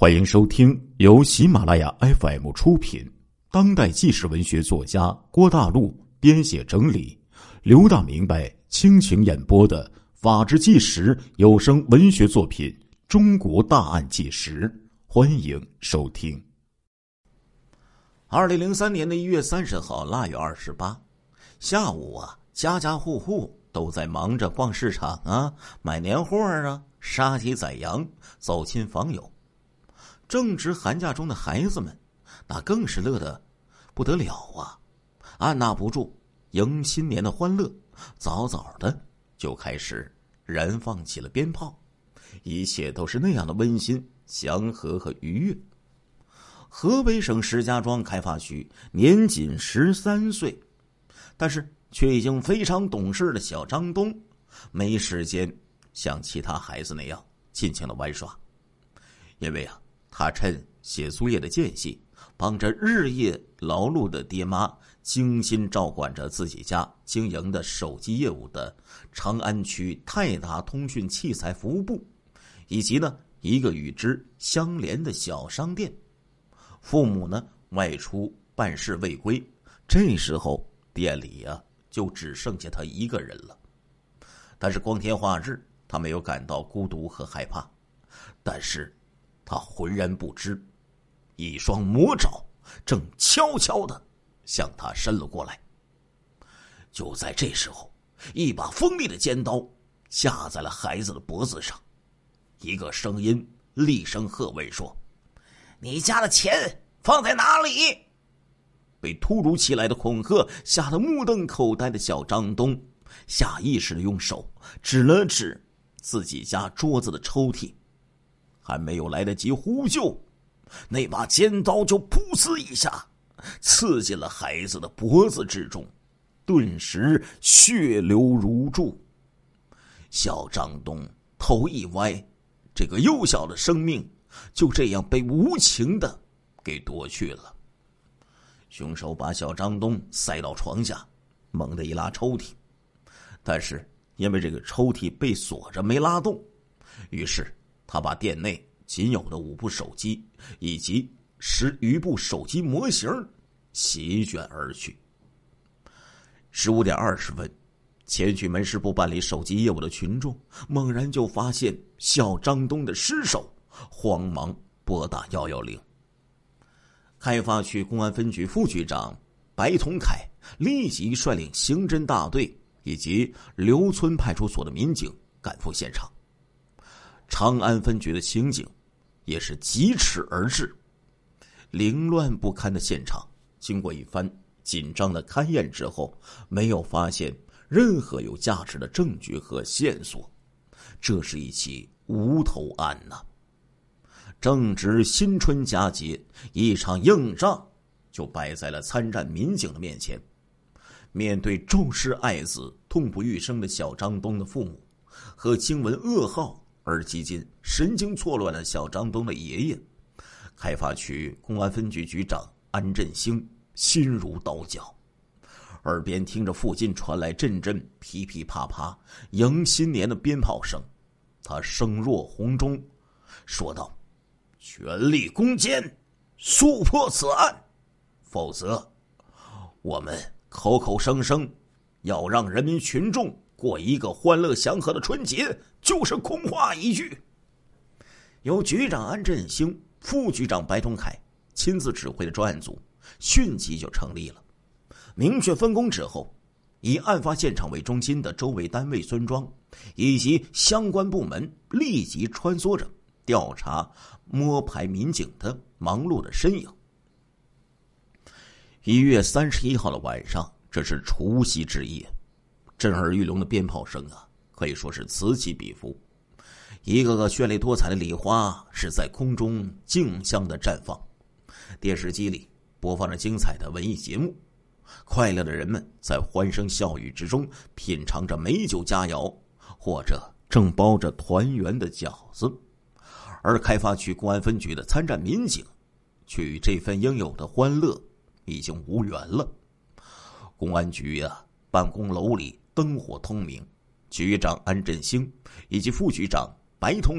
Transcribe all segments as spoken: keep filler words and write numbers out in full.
欢迎收听由喜马拉雅 F M 出品，当代纪实文学作家郭大陆编写整理，刘大明白倾情演播的法治纪实有声文学作品《中国大案纪实》，欢迎收听。 二零零三年的一月三十号腊月二十八下午啊，家家户户都在忙着逛市场啊，买年货啊，杀鸡宰羊，走亲访友。正值寒假中的孩子们，那更是乐得不得了啊，按捺不住迎新年的欢乐，早早的就开始燃放起了鞭炮，一切都是那样的温馨、祥和和愉悦。河北省石家庄开发区年仅十三岁，但是却已经非常懂事的小张东，没时间像其他孩子那样尽情的玩耍，因为啊，他趁写作业的间隙，帮着日夜劳碌的爹妈精心照管着自己家经营的手机业务的长安区泰达通讯器材服务部，以及呢一个与之相连的小商店。父母呢外出办事未归，这时候店里啊就只剩下他一个人了。但是光天化日，他没有感到孤独和害怕，但是他浑然不知，一双魔爪正悄悄地向他伸了过来。就在这时候，一把锋利的尖刀架在了孩子的脖子上，一个声音厉声喝问说：“你家的钱放在哪里？”被突如其来的恐吓吓得目瞪口呆的小张东，下意识地用手指了指自己家桌子的抽屉，还没有来得及呼救，那把尖刀就噗呲一下刺进了孩子的脖子之中，顿时血流如注。小张东头一歪，这个幼小的生命就这样被无情的给夺去了。凶手把小张东塞到床下，猛地一拉抽屉，但是因为这个抽屉被锁着没拉动，于是他把店内仅有的五部手机以及十余部手机模型席卷而去。十五点二十分，前去门市部办理手机业务的群众猛然就发现小张东的尸首，慌忙拨打一一零。开发区公安分局副局长白同凯立即率领刑侦大队以及刘村派出所的民警赶赴现场。长安分局的刑警也是疾驰而至。凌乱不堪的现场经过一番紧张的勘验之后，没有发现任何有价值的证据和线索，这是一起无头案呐、啊。正值新春佳节，一场硬仗就摆在了参战民警的面前。面对重视爱子、痛不欲生的小张东的父母，和惊闻噩耗而几近神经错乱的小张东的爷爷，开发区公安分局局长安振兴心如刀绞，耳边听着附近传来阵阵噼噼啪啪迎新年的鞭炮声，他声若洪钟说道：“全力攻坚，速破此案，否则我们口口声声要让人民群众过一个欢乐祥和的春节，就是空话一句。”由局长安振兴、副局长白同凯亲自指挥的专案组迅即就成立了。明确分工之后，以案发现场为中心的周围单位村庄以及相关部门立即穿梭着调查摸排民警的忙碌的身影。一月三十一号的晚上，这是除夕之夜，震耳欲聋的鞭炮声啊，可以说是此起彼伏。一个个绚丽多彩的礼花是在空中竞相的绽放，电视机里播放着精彩的文艺节目，快乐的人们在欢声笑语之中品尝着美酒佳肴，或者正包着团圆的饺子。而开发区公安分局的参战民警却与这份应有的欢乐已经无缘了。公安局啊，办公楼里灯火通明，局长安振兴以及副局长白同凯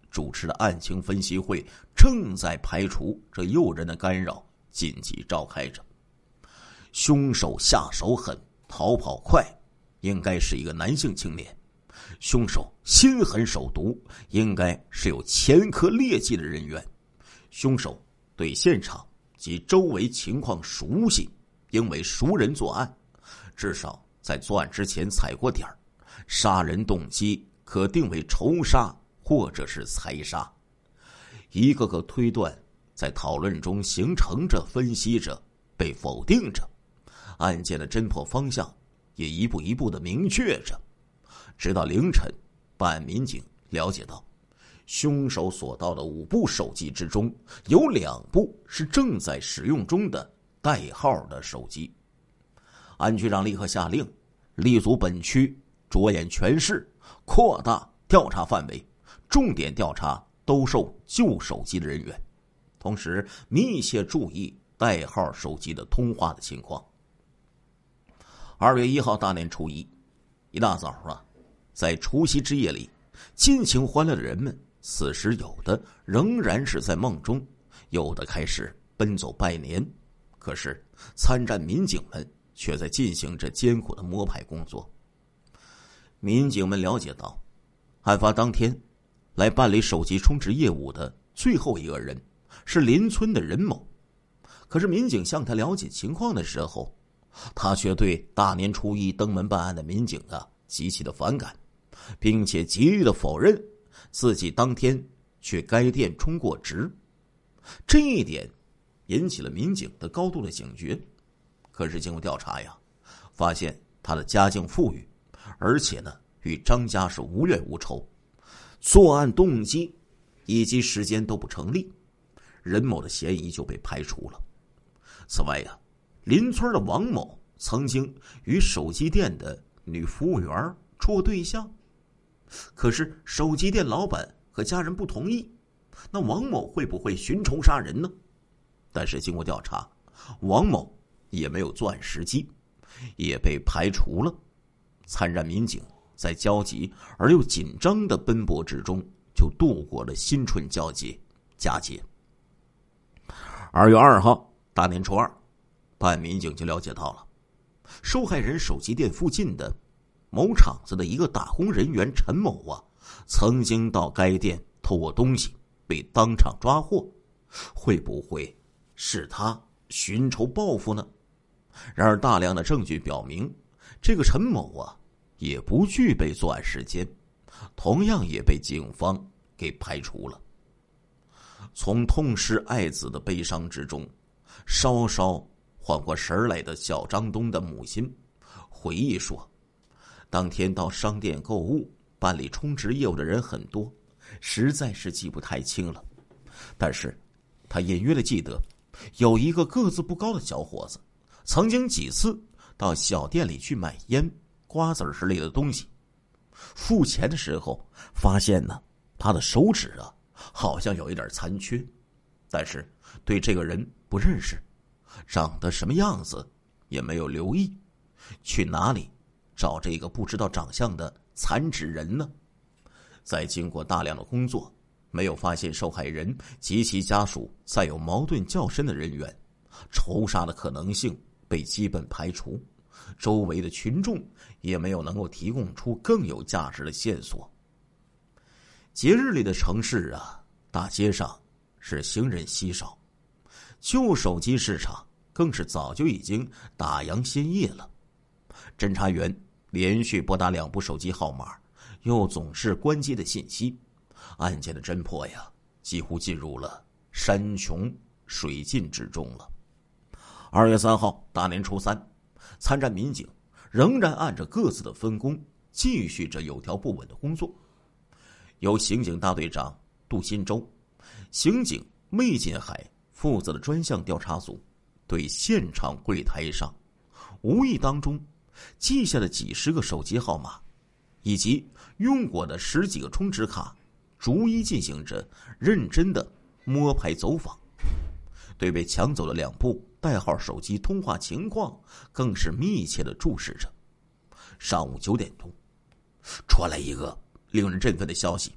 主持的案情分析会正在排除这诱人的干扰，紧急召开着。凶手下手狠，逃跑快，应该是一个男性青年。凶手心狠手毒，应该是有前科劣迹的人员。凶手对现场及周围情况熟悉，因为熟人作案，至少在作案之前踩过点儿。杀人动机可定为仇杀或者是财杀。一个个推断在讨论中形成着、分析着、被否定着，案件的侦破方向也一步一步的明确着。直到凌晨，办案民警了解到，凶手所盗的五部手机之中，有两部是正在使用中的代号的手机。安局长立刻下令，立足本区，着眼全市，扩大调查范围，重点调查兜售旧手机的人员，同时密切注意代号手机的通话的情况。二月一号大年初一，一大早啊，在除夕之夜里，尽情欢乐的人们，此时有的仍然是在梦中，有的开始奔走拜年。可是参战民警们却在进行着艰苦的摸排工作。民警们了解到，案发当天来办理手机充值业务的最后一个人是邻村的任某。可是民警向他了解情况的时候，他却对大年初一登门办案的民警啊极其的反感，并且极力的否认自己当天去该店充过值。这一点引起了民警的高度的警觉。可是经过调查呀，发现他的家境富裕，而且呢与张家是无冤无仇，作案动机以及时间都不成立，任某的嫌疑就被排除了。此外呀，邻村的王某曾经与手机店的女服务员处过对象，可是手机店老板和家人不同意，那王某会不会寻仇杀人呢？但是经过调查，王某也没有作案时机，也被排除了。参战民警在焦急而又紧张的奔波之中，就度过了新春佳节佳节。二月二号，大年初二，办案民警就了解到了，受害人手机店附近的某厂子的一个打工人员陈某啊，曾经到该店偷过东西，被当场抓获。会不会是他寻仇报复呢？然而大量的证据表明，这个陈某啊也不具备作案时间，同样也被警方给排除了。从痛失爱子的悲伤之中稍稍缓过神来的小张东的母亲回忆说，当天到商店购物办理充值业务的人很多，实在是记不太清了。但是他隐约的记得，有一个个子不高的小伙子曾经几次到小店里去买烟、瓜子之类的东西，付钱的时候发现呢，他的手指啊好像有一点残缺，但是对这个人不认识，长得什么样子也没有留意，去哪里找这个不知道长相的残疾人呢？在经过大量的工作，没有发现受害人及其家属再有矛盾较深的人员，仇杀的可能性被基本排除，周围的群众也没有能够提供出更有价值的线索。节日里的城市啊，大街上是行人稀少，旧手机市场更是早就已经打烊歇业了。侦查员连续拨打两部手机号码，又总是关机的信息，案件的侦破呀几乎进入了山穷水尽之中了。二月三号，大年初三，参战民警仍然按照各自的分工继续着有条不紊的工作。由刑警大队长杜新洲、刑警魏金海负责的专项调查组，对现场柜台上无意当中记下的几十个手机号码以及用过的十几个充值卡，逐一进行着认真的摸排走访。对被抢走的两部代号手机通话情况更是密切的注视着。上午九点钟，传来一个令人振奋的消息，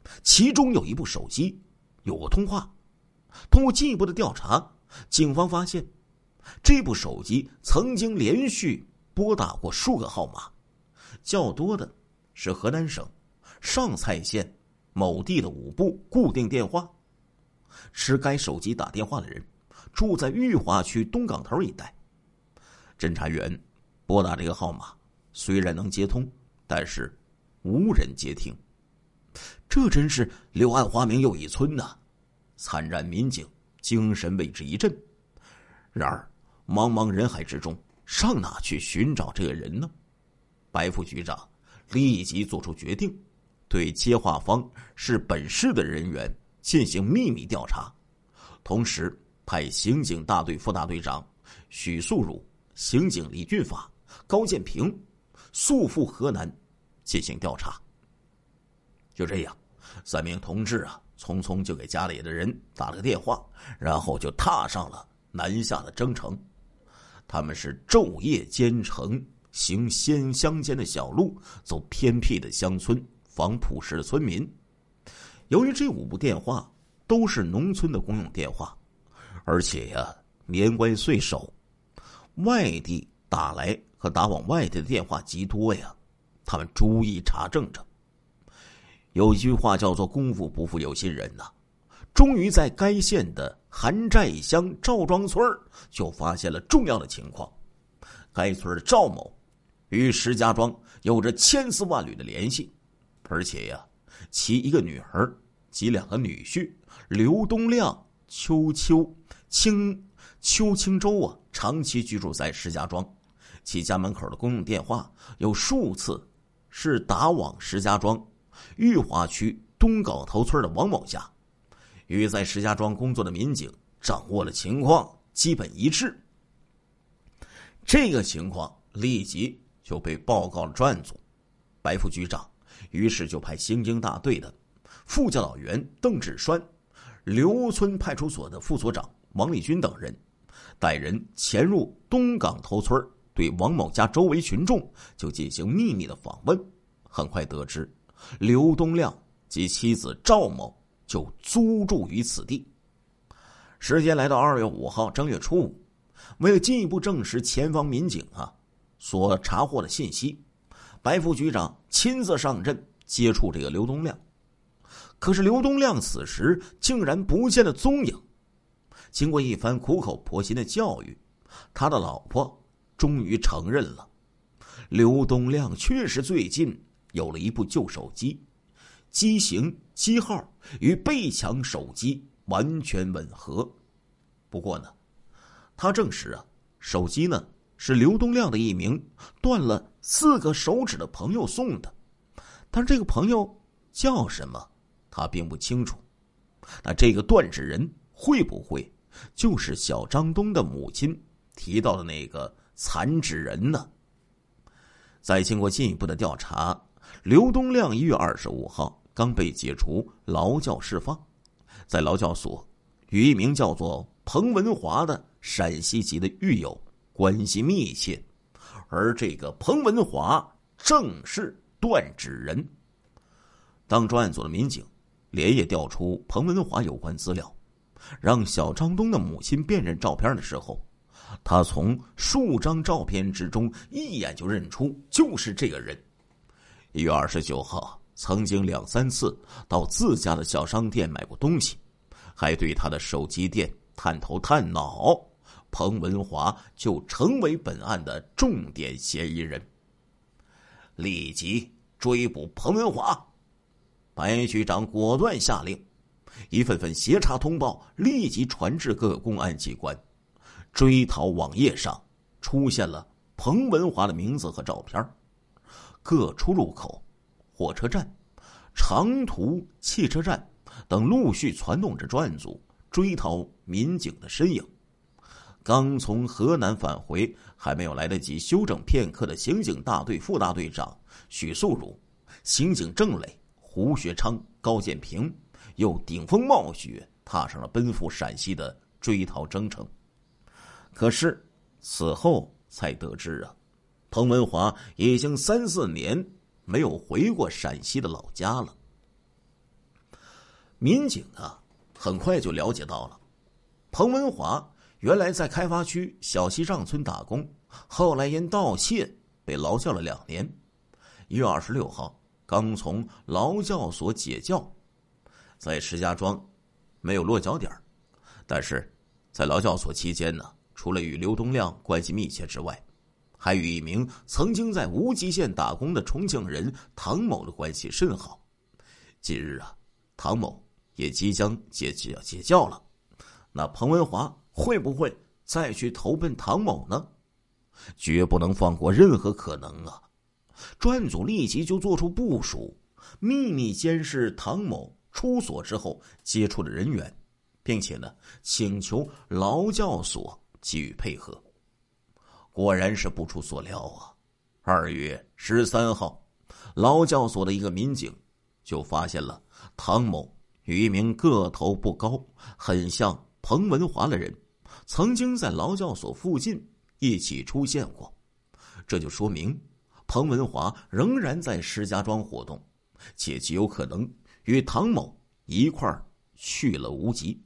其中有一部手机有过通话。通过进一步的调查，警方发现这部手机曾经连续拨打过数个号码，较多的是河南省上蔡县某地的五部固定电话。持该手机打电话的人住在裕华区东港头一带。侦查员拨打这个号码，虽然能接通，但是无人接听。这真是柳暗花明又一村呐！参战民警精神为之一振。然而茫茫人海之中，上哪去寻找这个人呢？白副局长立即做出决定，对接话方是本市的人员进行秘密调查，同时派刑警大队副大队长许素汝、刑警李俊法、高建平速赴河南进行调查。就这样，三名同志啊，匆匆就给家里的人打了个电话，然后就踏上了南下的征程。他们是昼夜兼程，行县乡间的小路，走偏僻的乡村，访朴实的村民。由于这五部电话都是农村的公用电话，而且呀年关岁首，外地打来和打往外地的电话极多呀，他们逐一查证着。有一句话叫做功夫不负有心人呐、啊，终于在该县的韩寨乡赵庄村就发现了重要的情况。该村的赵某与石家庄有着千丝万缕的联系，而且呀其一个女儿及两个女婿刘东亮、邱秋清、邱清洲啊，长期居住在石家庄。其家门口的公用电话有数次是打往石家庄裕华区东港头村的王某家，与在石家庄工作的民警掌握了情况基本一致。这个情况立即就被报告了专案组，白副局长于是就派刑警大队的副教导员邓志栓、刘村派出所的副所长王立军等人带人潜入东港头村，对王某家周围群众就进行秘密的访问。很快得知刘东亮及妻子赵某就租住于此地。时间来到二月五号正月初五，为了进一步证实前方民警啊所查获的信息，白副局长亲自上阵接触这个刘东亮。可是刘东亮此时竟然不见了踪影。经过一番苦口婆心的教育，他的老婆终于承认了，刘东亮确实最近有了一部旧手机，机型机号与被抢手机完全吻合。不过呢，他证实啊，手机呢是刘东亮的一名断了四个手指的朋友送的，但这个朋友叫什么他并不清楚。那这个断指人会不会就是小张东的母亲提到的那个残指人呢？在经过进一步的调查，刘东亮一月二十五号刚被解除劳教释放，在劳教所与一名叫做彭文华的陕西籍的狱友关系密切，而这个彭文华正是断指人。当专案组的民警连夜调出彭文华有关资料，让小张东的母亲辨认照片的时候，他从数张照片之中一眼就认出就是这个人。一月二十九号曾经两三次到自家的小商店买过东西，还对他的手机店探头探脑，彭文华就成为本案的重点嫌疑人。立即追捕彭文华，白局长果断下令，一份份协查通报立即传至各个公安机关。追逃网页上出现了彭文华的名字和照片，各出入口、火车站、长途汽车站等陆续传动着专案组追逃民警的身影。刚从河南返回，还没有来得及休整片刻的刑警大队副大队长许素汝、刑警郑磊、胡学昌、高建平又顶风冒雪踏上了奔赴陕西的追逃征程。可是此后才得知啊，彭文华已经三四年没有回过陕西的老家了。 民警啊，很快就了解到了，彭文华原来在开发区小西上村打工，后来因盗窃被劳教了两年。一月二十六号刚从劳教所解教，在石家庄没有落脚点，但是在劳教所期间呢，除了与刘东亮关系密切之外，还与一名曾经在无极县打工的重庆人唐某的关系甚好。近日啊，唐某也即将解解解教了，那彭文华会不会再去投奔唐某呢？绝不能放过任何可能啊！专案组立即就做出部署，秘密监视唐某出所之后接触的人员，并且呢，请求劳教所给予配合。果然是不出所料啊！二月十三号，劳教所的一个民警就发现了唐某与一名个头不高、很像彭文华的人曾经在劳教所附近一起出现过，这就说明彭文华仍然在石家庄活动，且极有可能与唐某一块儿去了无极。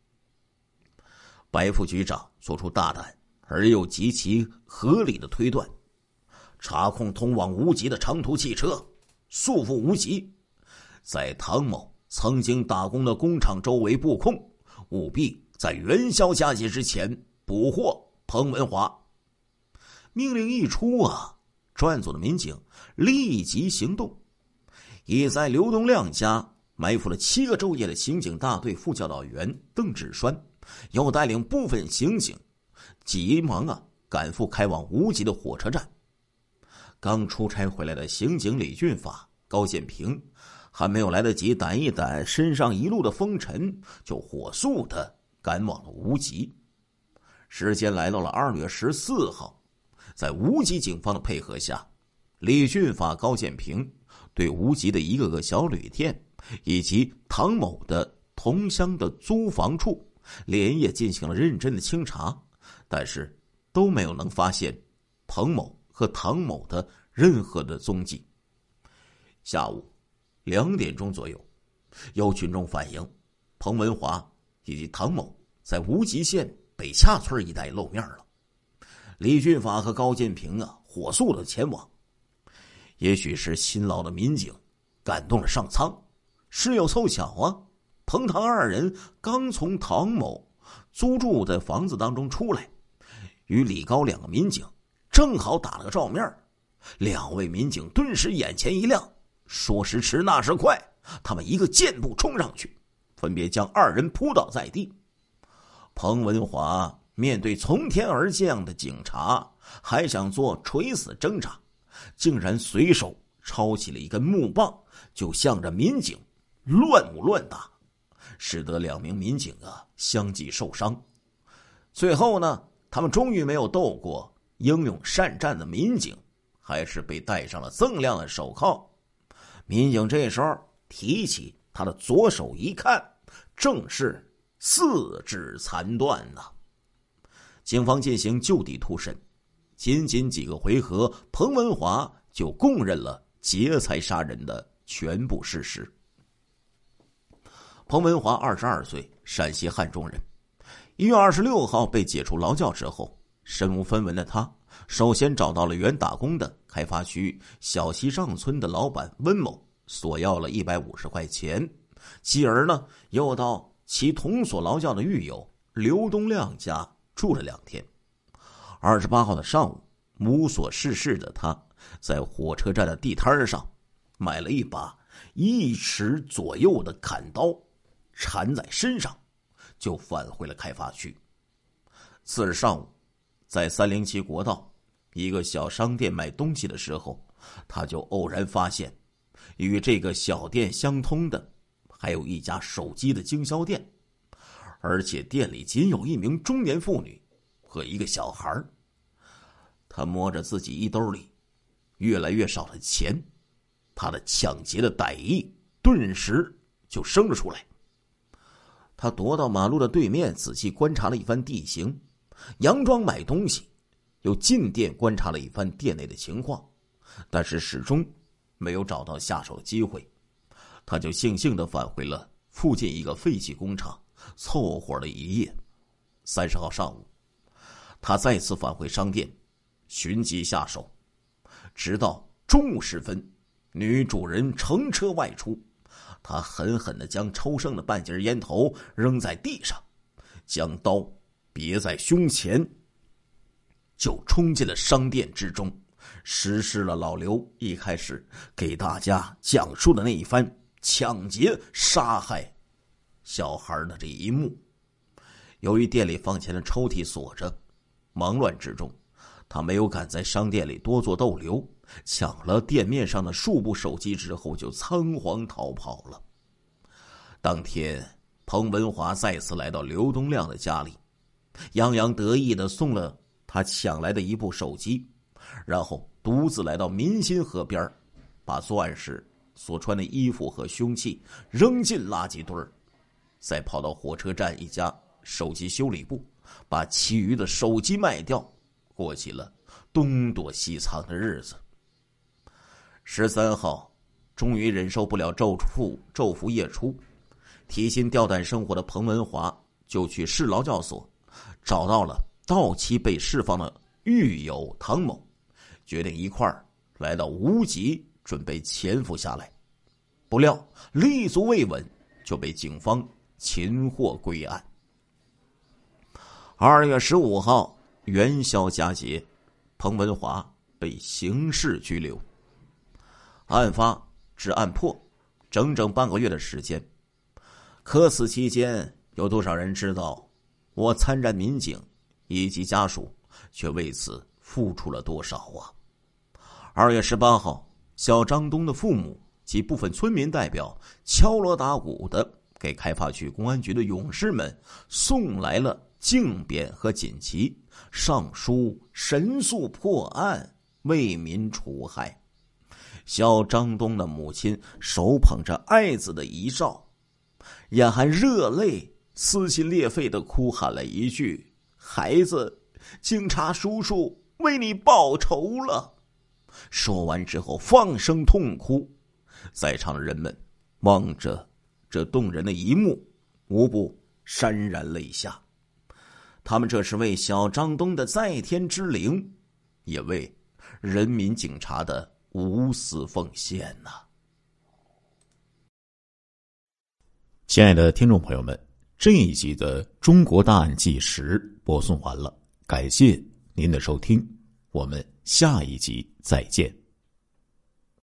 白副局长做出大胆而又极其合理的推断，查控通往无极的长途汽车，束缚无极，在唐某曾经打工的工厂周围布控，务必在元宵佳节之前捕获彭文华。命令一出啊，专案组的民警立即行动，已在刘东亮家埋伏了七个昼夜的刑警大队副教导员邓志栓，又带领部分刑警急忙啊赶赴开往无极的火车站。刚出差回来的刑警李俊法、高建平还没有来得及掸一掸身上一路的风尘，就火速的赶往了无极。时间来到了二月十四号，在无极警方的配合下，李俊法、高建平对无极的一个个小旅店以及唐某的同乡的租房处连夜进行了认真的清查，但是都没有能发现彭某和唐某的任何的踪迹。下午两点钟左右，有群众反映彭文华以及唐某在无极县北洽村一带露面了。李俊法和高建平啊，火速的前往。也许是辛劳的民警感动了上苍，事有凑巧啊，彭唐二人刚从唐某租住的房子当中出来，与李高两个民警正好打了个照面。两位民警顿时眼前一亮，说时迟那时快，他们一个箭步冲上去，分别将二人扑倒在地。彭文华面对从天而降的警察，还想做垂死挣扎，竟然随手抄起了一根木棒，就向着民警乱舞乱打，使得两名民警啊相继受伤。最后呢，他们终于没有斗过英勇善战的民警，还是被戴上了锃亮的手铐。民警这时候提起他的左手一看，正是四肢残断呐、啊。警方进行就地突审，仅仅几个回合，彭文华就供认了劫财杀人的全部事实。彭文华二十二岁，陕西汉中人。一月二十六号被解除劳教之后，身无分文的他首先找到了原打工的开发区小西上村的老板温某，索要了一百五十块钱，继而呢又到其同所劳教的狱友刘东亮家住了两天。二十八号的上午，无所事事的他在火车站的地摊上买了一把一尺左右的砍刀，缠在身上，就返回了开发区。次日上午，在三零七国道一个小商店买东西的时候，他就偶然发现与这个小店相通的还有一家手机的经销店，而且店里仅有一名中年妇女和一个小孩。他摸着自己衣兜里越来越少的钱，他的抢劫的歹意顿时就生了出来。他踱到马路的对面，仔细观察了一番地形，佯装买东西，又进店观察了一番店内的情况，但是始终没有找到下手的机会。他就悻悻地返回了附近一个废弃工厂，凑合了一夜。三十号上午，他再次返回商店，寻机下手。直到中午时分，女主人乘车外出，他狠狠地将抽剩的半截烟头扔在地上，将刀别在胸前，就冲进了商店之中，实施了老刘一开始给大家讲述的那一番抢劫杀害小孩的这一幕。由于店里放钱的抽屉锁着，忙乱之中他没有敢在商店里多做逗留，抢了店面上的数部手机之后就仓皇逃跑了。当天彭文华再次来到刘东亮的家里，洋洋得意地送了他抢来的一部手机，然后独自来到民心河边，把作案时所穿的衣服和凶器扔进垃圾堆儿，再跑到火车站一家手机修理部，把其余的手机卖掉，过起了东躲西藏的日子。十三号，终于忍受不了昼伏昼伏夜出，提心吊胆生活的彭文华就去市劳教所找到了到期被释放的狱友唐某，决定一块儿来到无极准备潜伏下来。不料立足未稳，就被警方擒获归案。二月十五号元宵佳节，彭文华被刑事拘留。案发至案破整整半个月的时间，可此期间有多少人知道我参战民警以及家属却为此付出了多少啊？二月十八号，小张东的父母及部分村民代表敲锣打鼓的给开发区公安局的勇士们送来了竞匾和锦旗，上书神速破案，为民除害。小张东的母亲手捧着爱子的遗照，眼含热泪，撕心裂肺地哭喊了一句：孩子，警察叔叔为你报仇了。说完之后放声痛哭，在场的人们望着这动人的一幕，无不潸然泪下。他们这是为小张东的在天之灵，也为人民警察的无私奉献呐、啊！ 亲爱的听众朋友们，这一集的《中国大案纪实》播送完了，感谢您的收听，我们下一集再见。